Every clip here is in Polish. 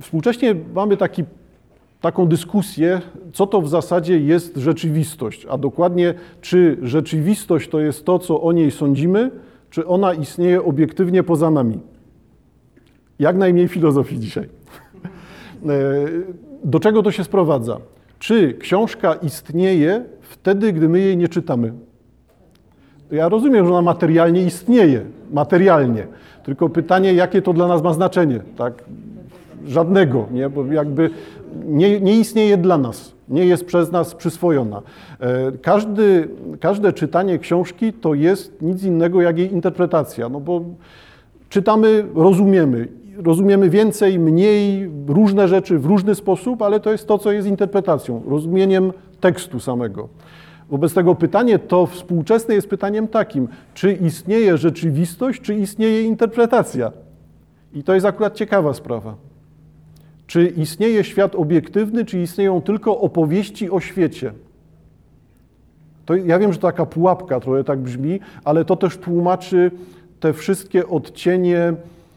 Współcześnie mamy taką dyskusję, co to w zasadzie jest rzeczywistość, a dokładnie czy rzeczywistość to jest to, co o niej sądzimy, czy ona istnieje obiektywnie poza nami. Jak najmniej filozofii dzisiaj. Do czego to się sprowadza? Czy książka istnieje wtedy, gdy my jej nie czytamy? Ja rozumiem, że ona materialnie istnieje, materialnie. Tylko pytanie, jakie to dla nas ma znaczenie, tak? Żadnego, nie? Bo jakby nie istnieje dla nas, nie jest przez nas przyswojona. Każde czytanie książki to jest nic innego jak jej interpretacja, no bo czytamy, rozumiemy więcej, mniej, różne rzeczy w różny sposób, ale to jest to, co jest interpretacją, rozumieniem tekstu samego. Wobec tego pytanie to współczesne jest pytaniem takim, czy istnieje rzeczywistość, czy istnieje interpretacja? I to jest akurat ciekawa sprawa. Czy istnieje świat obiektywny, czy istnieją tylko opowieści o świecie? To ja wiem, że to taka pułapka trochę tak brzmi, ale to też tłumaczy te wszystkie odcienie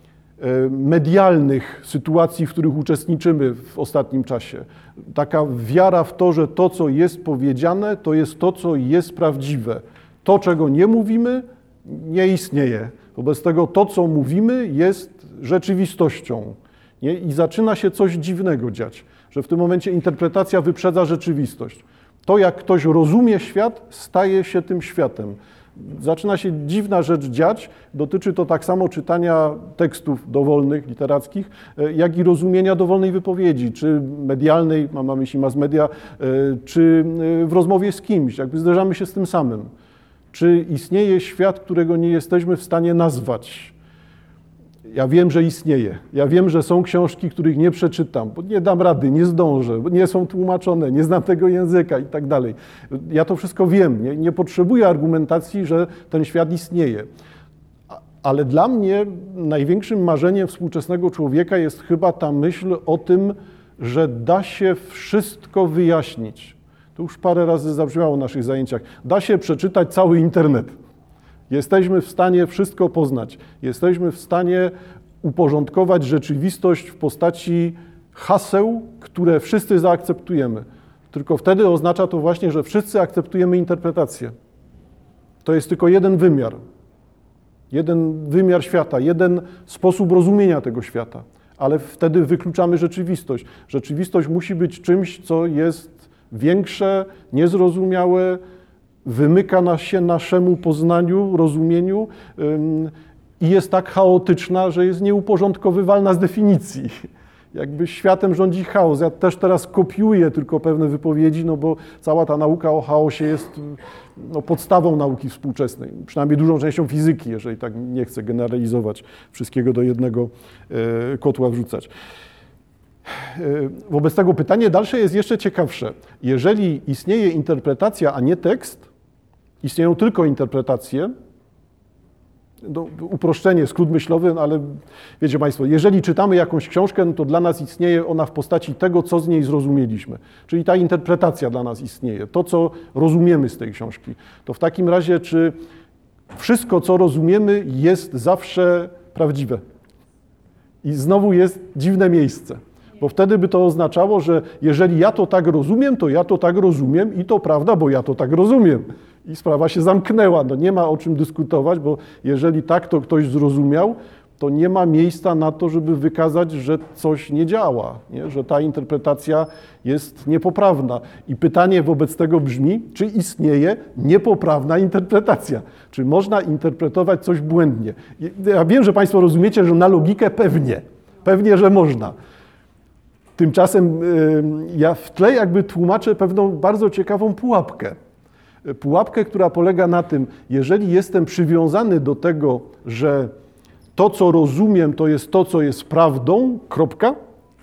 medialnych sytuacji, w których uczestniczymy w ostatnim czasie. Taka wiara w to, że to, co jest powiedziane, to jest to, co jest prawdziwe. To, czego nie mówimy, nie istnieje. Wobec tego to, co mówimy, jest rzeczywistością. Nie? I zaczyna się coś dziwnego dziać, że w tym momencie interpretacja wyprzedza rzeczywistość. To, jak ktoś rozumie świat, staje się tym światem. Zaczyna się dziwna rzecz dziać, dotyczy to tak samo czytania tekstów dowolnych, literackich, jak i rozumienia dowolnej wypowiedzi, czy medialnej, mam na myśli mass media, czy w rozmowie z kimś, jakby zderzamy się z tym samym. Czy istnieje świat, którego nie jesteśmy w stanie nazwać? Ja wiem, że istnieje. Ja wiem, że są książki, których nie przeczytam, bo nie dam rady, nie zdążę, bo nie są tłumaczone, nie znam tego języka i tak dalej. Ja to wszystko wiem, nie potrzebuję argumentacji, że ten świat istnieje. Ale dla mnie największym marzeniem współczesnego człowieka jest chyba ta myśl o tym, że da się wszystko wyjaśnić. To już parę razy zabrzmiało w naszych zajęciach. Da się przeczytać cały internet. Jesteśmy w stanie wszystko poznać. Jesteśmy w stanie uporządkować rzeczywistość w postaci haseł, które wszyscy zaakceptujemy. Tylko wtedy oznacza to właśnie, że wszyscy akceptujemy interpretację. To jest tylko jeden wymiar świata, jeden sposób rozumienia tego świata. Ale wtedy wykluczamy rzeczywistość. Rzeczywistość musi być czymś, co jest większe, niezrozumiałe, wymyka się naszemu poznaniu, rozumieniu i jest tak chaotyczna, że jest nieuporządkowywalna z definicji. Jakby światem rządzi chaos. Ja też teraz kopiuję tylko pewne wypowiedzi, no bo cała ta nauka o chaosie jest podstawą nauki współczesnej, przynajmniej dużą częścią fizyki, jeżeli tak nie chcę generalizować, wszystkiego do jednego kotła wrzucać. Wobec tego pytanie dalsze jest jeszcze ciekawsze. Jeżeli istnieje interpretacja, a nie tekst, istnieją tylko interpretacje, uproszczenie, skrót myślowy, ale wiecie Państwo, jeżeli czytamy jakąś książkę, no to dla nas istnieje ona w postaci tego, co z niej zrozumieliśmy. Czyli ta interpretacja dla nas istnieje, to, co rozumiemy z tej książki. To w takim razie, czy wszystko, co rozumiemy, jest zawsze prawdziwe? I znowu jest dziwne miejsce. Bo wtedy by to oznaczało, że jeżeli ja to tak rozumiem, to ja to tak rozumiem i to prawda, bo ja to tak rozumiem. I sprawa się zamknęła. No nie ma o czym dyskutować, bo jeżeli tak to ktoś zrozumiał, to nie ma miejsca na to, żeby wykazać, że coś nie działa, nie? Że ta interpretacja jest niepoprawna. I pytanie wobec tego brzmi, czy istnieje niepoprawna interpretacja? Czy można interpretować coś błędnie? Ja wiem, że Państwo rozumiecie, że na logikę pewnie, że można. Tymczasem ja w tle jakby tłumaczę pewną bardzo ciekawą pułapkę. Pułapkę, która polega na tym, jeżeli jestem przywiązany do tego, że to, co rozumiem, to jest to, co jest prawdą, kropka,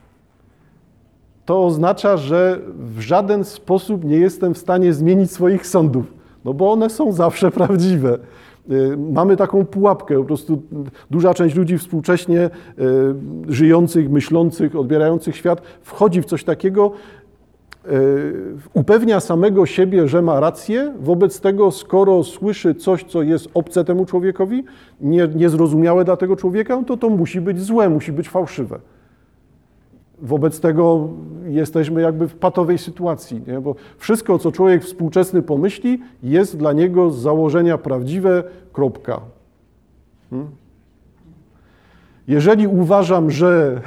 to oznacza, że w żaden sposób nie jestem w stanie zmienić swoich sądów, no bo one są zawsze prawdziwe. Mamy taką pułapkę, po prostu duża część ludzi współcześnie żyjących, myślących, odbierających świat wchodzi w coś takiego, upewnia samego siebie, że ma rację, wobec tego skoro słyszy coś, co jest obce temu człowiekowi, niezrozumiałe dla tego człowieka, to musi być złe, musi być fałszywe. Wobec tego jesteśmy jakby w patowej sytuacji, nie? Bo wszystko, co człowiek współczesny pomyśli, jest dla niego z założenia prawdziwe, kropka. Jeżeli uważam, że...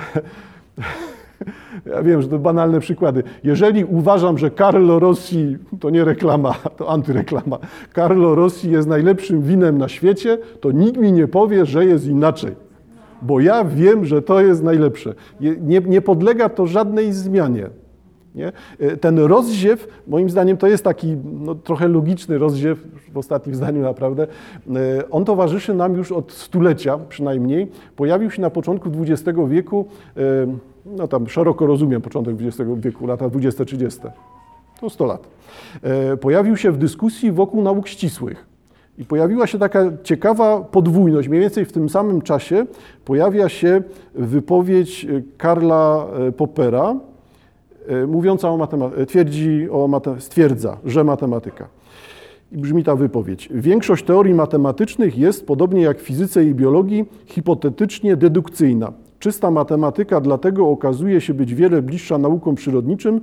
Ja wiem, że to banalne przykłady. Jeżeli uważam, że Carlo Rossi, to nie reklama, to antyreklama, Carlo Rossi jest najlepszym winem na świecie, to nikt mi nie powie, że jest inaczej. Bo ja wiem, że to jest najlepsze. Nie podlega to żadnej zmianie. Nie? Ten rozziew, moim zdaniem, to jest taki trochę logiczny rozziew, w ostatnim zdaniu naprawdę, on towarzyszy nam już od stulecia przynajmniej. Pojawił się na początku XX wieku, no tam szeroko rozumiem początek XX wieku, lata 20-30, to 100 lat. Pojawił się w dyskusji wokół nauk ścisłych. I pojawiła się taka ciekawa podwójność. Mniej więcej w tym samym czasie pojawia się wypowiedź Karla Poppera, mówiąca o matematyce, stwierdza, że matematyka. I brzmi ta wypowiedź. Większość teorii matematycznych jest, podobnie jak w fizyce i biologii, hipotetycznie dedukcyjna. Czysta matematyka dlatego okazuje się być wiele bliższa naukom przyrodniczym,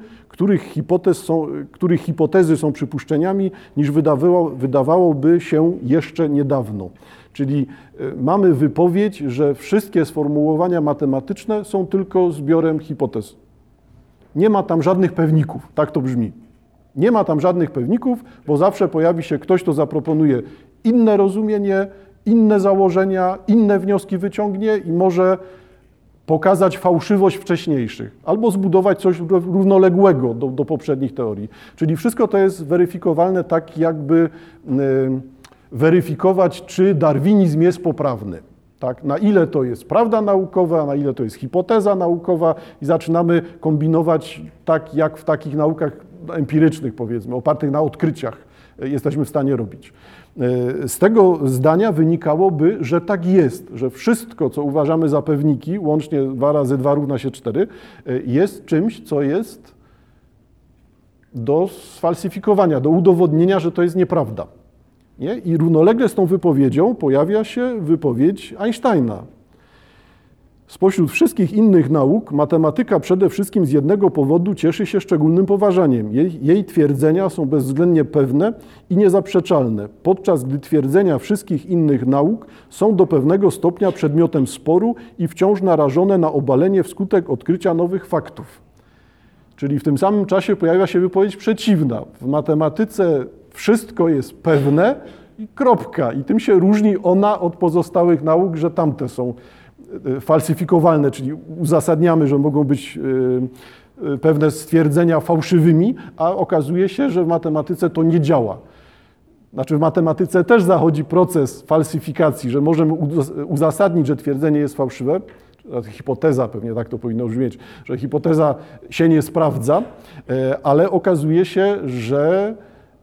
których hipotezy są przypuszczeniami, niż wydawałoby się jeszcze niedawno. Czyli mamy wypowiedź, że wszystkie sformułowania matematyczne są tylko zbiorem hipotez. Nie ma tam żadnych pewników, tak to brzmi. Nie ma tam żadnych pewników, bo zawsze pojawi się ktoś, kto zaproponuje inne rozumienie, inne założenia, inne wnioski wyciągnie i może pokazać fałszywość wcześniejszych, albo zbudować coś równoległego do poprzednich teorii. Czyli wszystko to jest weryfikowalne tak, jakby weryfikować, czy darwinizm jest poprawny. Tak? Na ile to jest prawda naukowa, na ile to jest hipoteza naukowa i zaczynamy kombinować tak, jak w takich naukach empirycznych, powiedzmy, opartych na odkryciach jesteśmy w stanie robić. Z tego zdania wynikałoby, że tak jest, że wszystko, co uważamy za pewniki, łącznie 2 razy 2 równa się 4, jest czymś, co jest do sfalsyfikowania, do udowodnienia, że to jest nieprawda. Nie? I równolegle z tą wypowiedzią pojawia się wypowiedź Einsteina. Spośród wszystkich innych nauk matematyka przede wszystkim z jednego powodu cieszy się szczególnym poważaniem. Jej twierdzenia są bezwzględnie pewne i niezaprzeczalne, podczas gdy twierdzenia wszystkich innych nauk są do pewnego stopnia przedmiotem sporu i wciąż narażone na obalenie wskutek odkrycia nowych faktów. Czyli w tym samym czasie pojawia się wypowiedź przeciwna. W matematyce wszystko jest pewne i kropka. I tym się różni ona od pozostałych nauk, że tamte są falsyfikowalne, czyli uzasadniamy, że mogą być pewne stwierdzenia fałszywymi, a okazuje się, że w matematyce to nie działa. Znaczy w matematyce też zachodzi proces falsyfikacji, że możemy uzasadnić, że twierdzenie jest fałszywe, hipoteza, pewnie tak to powinno brzmieć, że hipoteza się nie sprawdza, ale okazuje się, że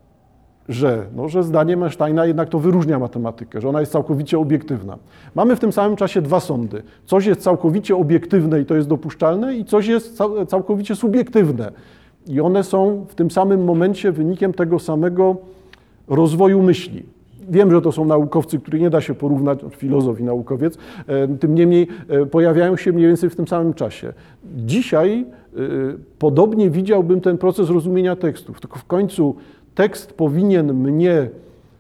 zdaniem Einsteina jednak to wyróżnia matematykę, że ona jest całkowicie obiektywna. Mamy w tym samym czasie 2 sądy. Coś jest całkowicie obiektywne i to jest dopuszczalne i coś jest całkowicie subiektywne. I one są w tym samym momencie wynikiem tego samego rozwoju myśli. Wiem, że to są naukowcy, których nie da się porównać, filozof i naukowiec, tym niemniej pojawiają się mniej więcej w tym samym czasie. Dzisiaj podobnie widziałbym ten proces rozumienia tekstów, tylko w końcu tekst powinien mnie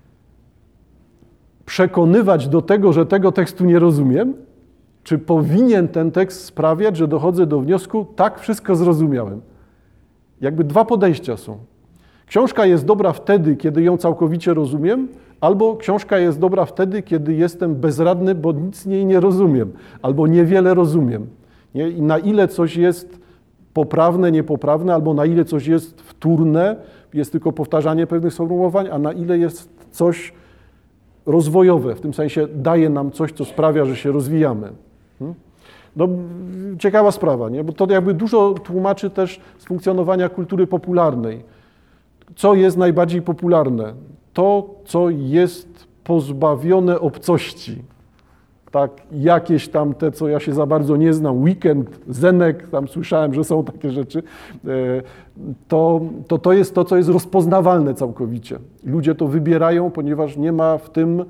przekonywać do tego, że tego tekstu nie rozumiem, czy powinien ten tekst sprawiać, że dochodzę do wniosku, tak, wszystko zrozumiałem. Jakby 2 podejścia są. Książka jest dobra wtedy, kiedy ją całkowicie rozumiem, albo książka jest dobra wtedy, kiedy jestem bezradny, bo nic z niej nie rozumiem, albo niewiele rozumiem. Nie? I na ile coś jest poprawne, niepoprawne, albo na ile coś jest wtórne, jest tylko powtarzanie pewnych sformułowań, a na ile jest coś rozwojowe, w tym sensie daje nam coś, co sprawia, że się rozwijamy. No, ciekawa sprawa, nie? Bo to jakby dużo tłumaczy też z funkcjonowania kultury popularnej. Co jest najbardziej popularne? To, co jest pozbawione obcości. Tak, jakieś tam te, co ja się za bardzo nie znam, Weekend, Zenek, tam słyszałem, że są takie rzeczy, to jest to, co jest rozpoznawalne całkowicie. Ludzie to wybierają, ponieważ nie ma w tym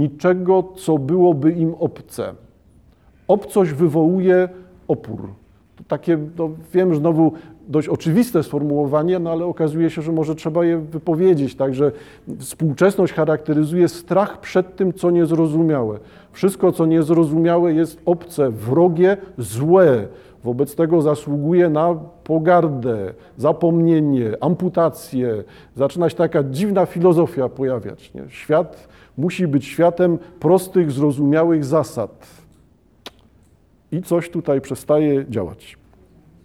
niczego, co byłoby im obce. Obcość wywołuje opór. takie, no wiem, że znowu dość oczywiste sformułowanie, no ale okazuje się, że może trzeba je wypowiedzieć, tak, że współczesność charakteryzuje strach przed tym, co niezrozumiałe. Wszystko, co niezrozumiałe, jest obce, wrogie, złe. Wobec tego zasługuje na pogardę, zapomnienie, amputację. Zaczyna się taka dziwna filozofia pojawiać. Nie? Świat musi być światem prostych, zrozumiałych zasad. I coś tutaj przestaje działać.